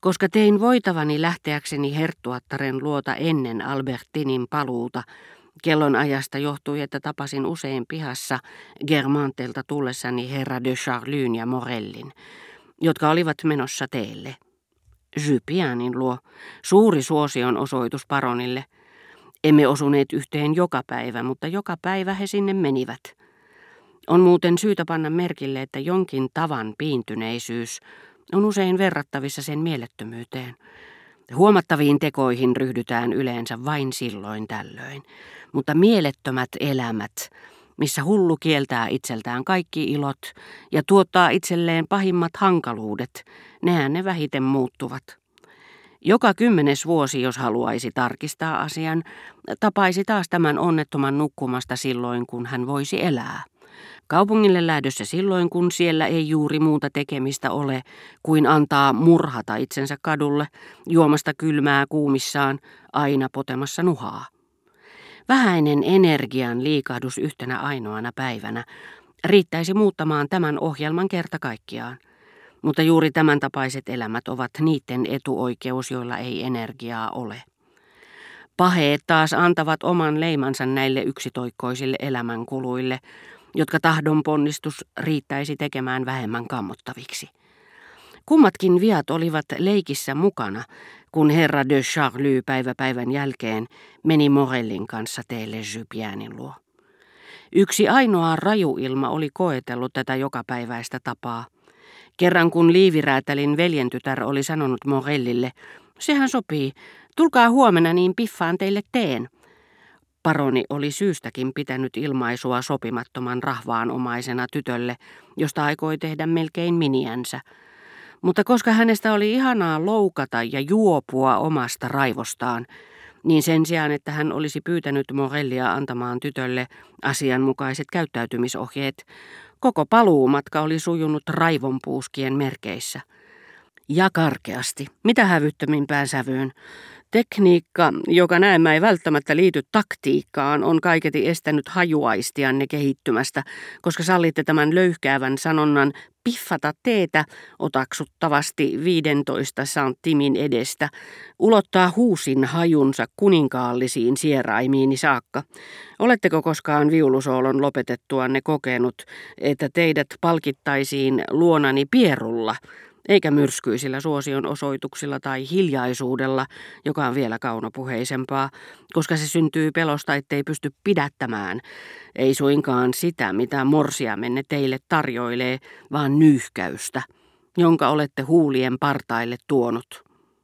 Koska tein voitavani lähteäkseni herttuattaren luota ennen Albertinin paluuta, kellonajasta johtui, että tapasin usein pihassa Germantelta tullessani herra de Charlyn ja Morellin, jotka olivat menossa teelle. Jypianin luo, suuri suosion osoitus paronille. Emme osuneet yhteen joka päivä, mutta joka päivä he sinne menivät. On muuten syytä panna merkille, että jonkin tavan piintyneisyys on usein verrattavissa sen mielettömyyteen. Huomattaviin tekoihin ryhdytään yleensä vain silloin tällöin, mutta mielettömät elämät, missä hullu kieltää itseltään kaikki ilot ja tuottaa itselleen pahimmat hankaluudet, nehän ne vähiten muuttuvat. Joka 10. vuosi, jos haluaisi tarkistaa asian, tapaisi taas tämän onnettoman nukkumasta silloin, kun hän voisi elää. Kaupungille lähdössä silloin, kun siellä ei juuri muuta tekemistä ole, kuin antaa murhata itsensä kadulle, juomasta kylmää kuumissaan, aina potemassa nuhaa. Vähäinen energian liikahdus yhtenä ainoana päivänä riittäisi muuttamaan tämän ohjelman kerta kaikkiaan. Mutta juuri tämän tapaiset elämät ovat niiden etuoikeus, joilla ei energiaa ole. Paheet taas antavat oman leimansa näille yksitoikkoisille elämänkuluille, jotka tahdon ponnistus riittäisi tekemään vähemmän kammottaviksi. Kummatkin viat olivat leikissä mukana, kun herra de Charly päivän jälkeen meni Morellin kanssa teille Jypianin luo. Yksi ainoa rajuilma oli koetellut tätä jokapäiväistä tapaa. Kerran kun liiviräätälin veljentytär oli sanonut Morellille, sehän sopii, tulkaa huomenna niin piffaan teille teen. Paroni oli syystäkin pitänyt ilmaisua sopimattoman rahvaanomaisena tytölle, josta aikoi tehdä melkein miniänsä. Mutta koska hänestä oli ihanaa loukata ja juopua omasta raivostaan, niin sen sijaan, että hän olisi pyytänyt Morellia antamaan tytölle asianmukaiset käyttäytymisohjeet, koko paluumatka oli sujunut raivonpuuskien merkeissä. Ja karkeasti, mitä hävyttömimpään sävyyn. Tekniikka, joka näemmä ei välttämättä liity taktiikkaan, on kaiketi estänyt hajuaistianne kehittymästä, koska sallitte tämän löyhkäävän sanonnan piffata teetä otaksuttavasti 15 senttimin edestä, ulottaa huusin hajunsa kuninkaallisiin sieraimiini saakka. Oletteko koskaan viulusoolon lopetettuanne kokenut, että teidät palkittaisiin luonani pierulla, eikä myrskyisillä suosion osoituksilla tai hiljaisuudella, joka on vielä kaunopuheisempaa, koska se syntyy pelosta, ettei pysty pidättämään, ei suinkaan sitä, mitä morsiamenne teille tarjoilee, vaan nyyhkäystä, jonka olette huulien partaille tuonut.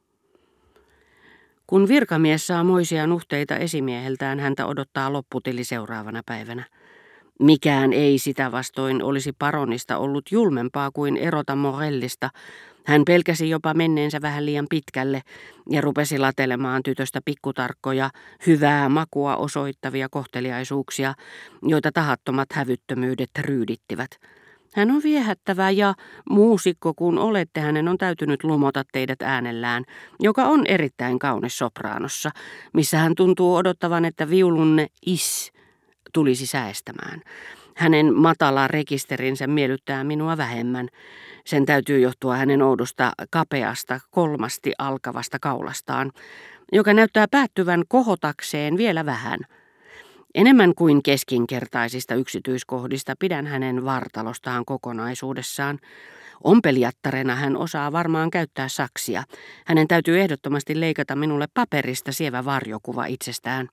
Kun virkamies saa moisia nuhteita esimieheltään, häntä odottaa lopputili seuraavana päivänä. Mikään ei sitä vastoin olisi paronista ollut julmempaa kuin erota Morellista. Hän pelkäsi jopa menneensä vähän liian pitkälle ja rupesi latelemaan tytöstä pikkutarkkoja, hyvää makua osoittavia kohteliaisuuksia, joita tahattomat hävyttömyydet ryydittivät. Hän on viehättävä ja muusikko kun olette, hänen on täytynyt lumota teidät äänellään, joka on erittäin kaunis sopraanossa, missä hän tuntuu odottavan, että viulunne is tulisi säestämään. Hänen matala rekisterinsä miellyttää minua vähemmän. Sen täytyy johtua hänen oudosta kapeasta, kolmasti alkavasta kaulastaan, joka näyttää päättyvän kohotakseen vielä vähän. Enemmän kuin keskinkertaisista yksityiskohdista pidän hänen vartalostaan kokonaisuudessaan. Ompelijattarena hän osaa varmaan käyttää saksia. Hänen täytyy ehdottomasti leikata minulle paperista sievä varjokuva itsestään.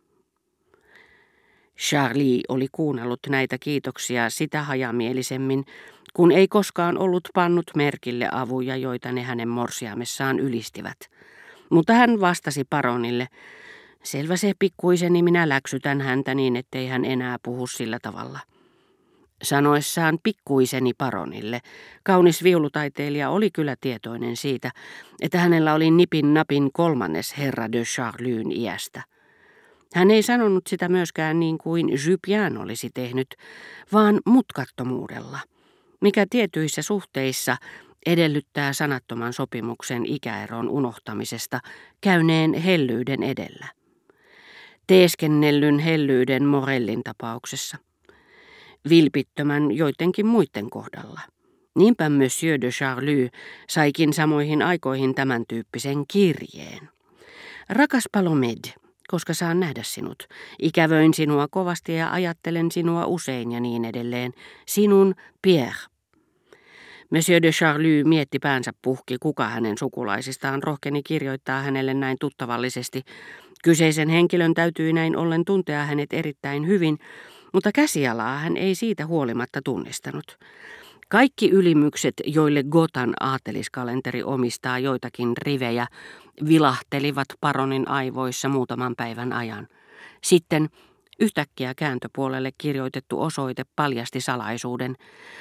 Charlie oli kuunnellut näitä kiitoksia sitä hajamielisemmin, kun ei koskaan ollut pannut merkille avuja, joita ne hänen morsiamessaan ylistivät. Mutta hän vastasi paronille, selvä se pikkuiseni, minä läksytän häntä niin, ettei hän enää puhu sillä tavalla. Sanoessaan pikkuiseni paronille, kaunis viulutaiteilija oli kyllä tietoinen siitä, että hänellä oli nipin napin 3. herra de Charlyn iästä. Hän ei sanonut sitä myöskään niin kuin Jypian olisi tehnyt, vaan mutkattomuudella, mikä tietyissä suhteissa edellyttää sanattoman sopimuksen ikäeron unohtamisesta käyneen hellyyden edellä. Teeskennellyn hellyyden Morellin tapauksessa. Vilpittömän joidenkin muiden kohdalla. Niinpä Monsieur de Charlie saikin samoihin aikoihin tämän tyyppisen kirjeen. Rakas Palomede, koska saan nähdä sinut. Ikävöin sinua kovasti ja ajattelen sinua usein ja niin edelleen. Sinun Pierre. Monsieur de Charlie mietti päänsä puhki, kuka hänen sukulaisistaan rohkeni kirjoittaa hänelle näin tuttavallisesti. Kyseisen henkilön täytyi näin ollen tuntea hänet erittäin hyvin, mutta käsialaa hän ei siitä huolimatta tunnistanut. Kaikki ylimykset, joille Gotan aateliskalenteri omistaa joitakin rivejä, vilahtelivat paronin aivoissa muutaman päivän ajan. Sitten yhtäkkiä kääntöpuolelle kirjoitettu osoite paljasti salaisuuden.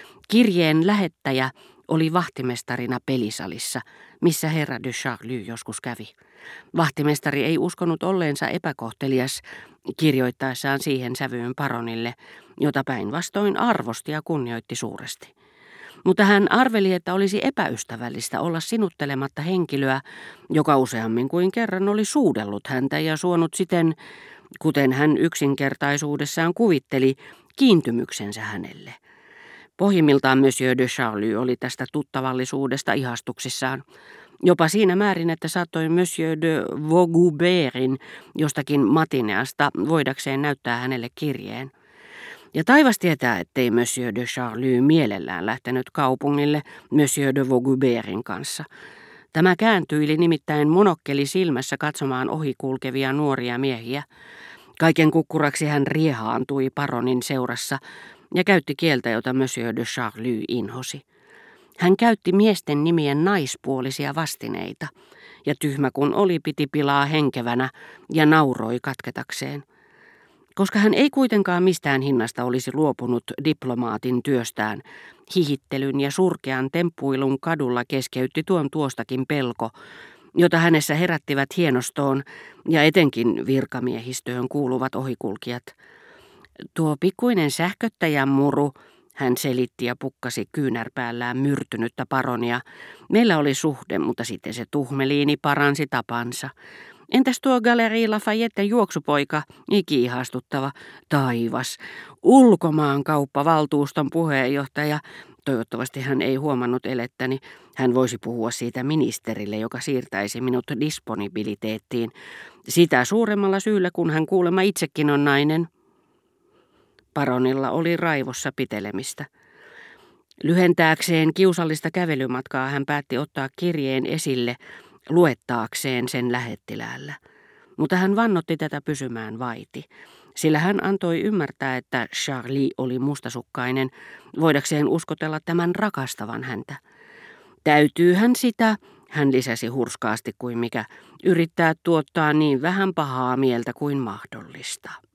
Kirjeen lähettäjä oli vahtimestarina pelisalissa, missä herra de Charlie joskus kävi. Vahtimestari ei uskonut olleensa epäkohtelias kirjoittaessaan siihen sävyyn paronille, jota päinvastoin arvosti ja kunnioitti suuresti. Mutta hän arveli, että olisi epäystävällistä olla sinuttelematta henkilöä, joka useammin kuin kerran oli suudellut häntä ja suonut siten, kuten hän yksinkertaisuudessaan kuvitteli, kiintymyksensä hänelle. Pohjimmiltaan Monsieur de Charlie oli tästä tuttavallisuudesta ihastuksissaan, jopa siinä määrin, että saattoi Monsieur de Vaugoubertin jostakin matineasta voidakseen näyttää hänelle kirjeen. Ja taivas tietää, ettei Monsieur de Charlie mielellään lähtenyt kaupungille Monsieur de Vaugoubertin kanssa. Tämä kääntyili nimittäin monokkeli silmässä katsomaan ohikulkevia nuoria miehiä. Kaiken kukkuraksi hän riehaantui paronin seurassa ja käytti kieltä, jota Monsieur de Charlie inhosi. Hän käytti miesten nimien naispuolisia vastineita, ja tyhmä kun oli, piti pilaa henkevänä ja nauroi katketakseen. Koska hän ei kuitenkaan mistään hinnasta olisi luopunut diplomaatin työstään, hihittelyn ja surkean temppuilun kadulla keskeytti tuostakin pelko, jota hänessä herättivät hienostoon ja etenkin virkamiehistöön kuuluvat ohikulkijat. Tuo pikkuinen sähköttäjän muru, hän selitti ja pukkasi kyynärpäällään myrtynyttä paronia. Meillä oli suhde, mutta sitten se tuhmeliini paransi tapansa. Entäs tuo Galerie Lafayetten juoksupoika, ikiihastuttava, taivas, ulkomaankauppavaltuuston puheenjohtaja. Toivottavasti hän ei huomannut elettäni. Hän voisi puhua siitä ministerille, joka siirtäisi minut disponibiliteettiin. Sitä suuremmalla syyllä, kun hän kuulemma itsekin on nainen. Baronilla oli raivossa pitelemistä. Lyhentääkseen kiusallista kävelymatkaa hän päätti ottaa kirjeen esille luettaakseen sen lähettiläällä. Mutta hän vannotti tätä pysymään vaiti, sillä hän antoi ymmärtää, että Charlie oli mustasukkainen, voidakseen uskotella tämän rakastavan häntä. Täytyy hän sitä, hän lisäsi hurskaasti kuin mikä, yrittää tuottaa niin vähän pahaa mieltä kuin mahdollista.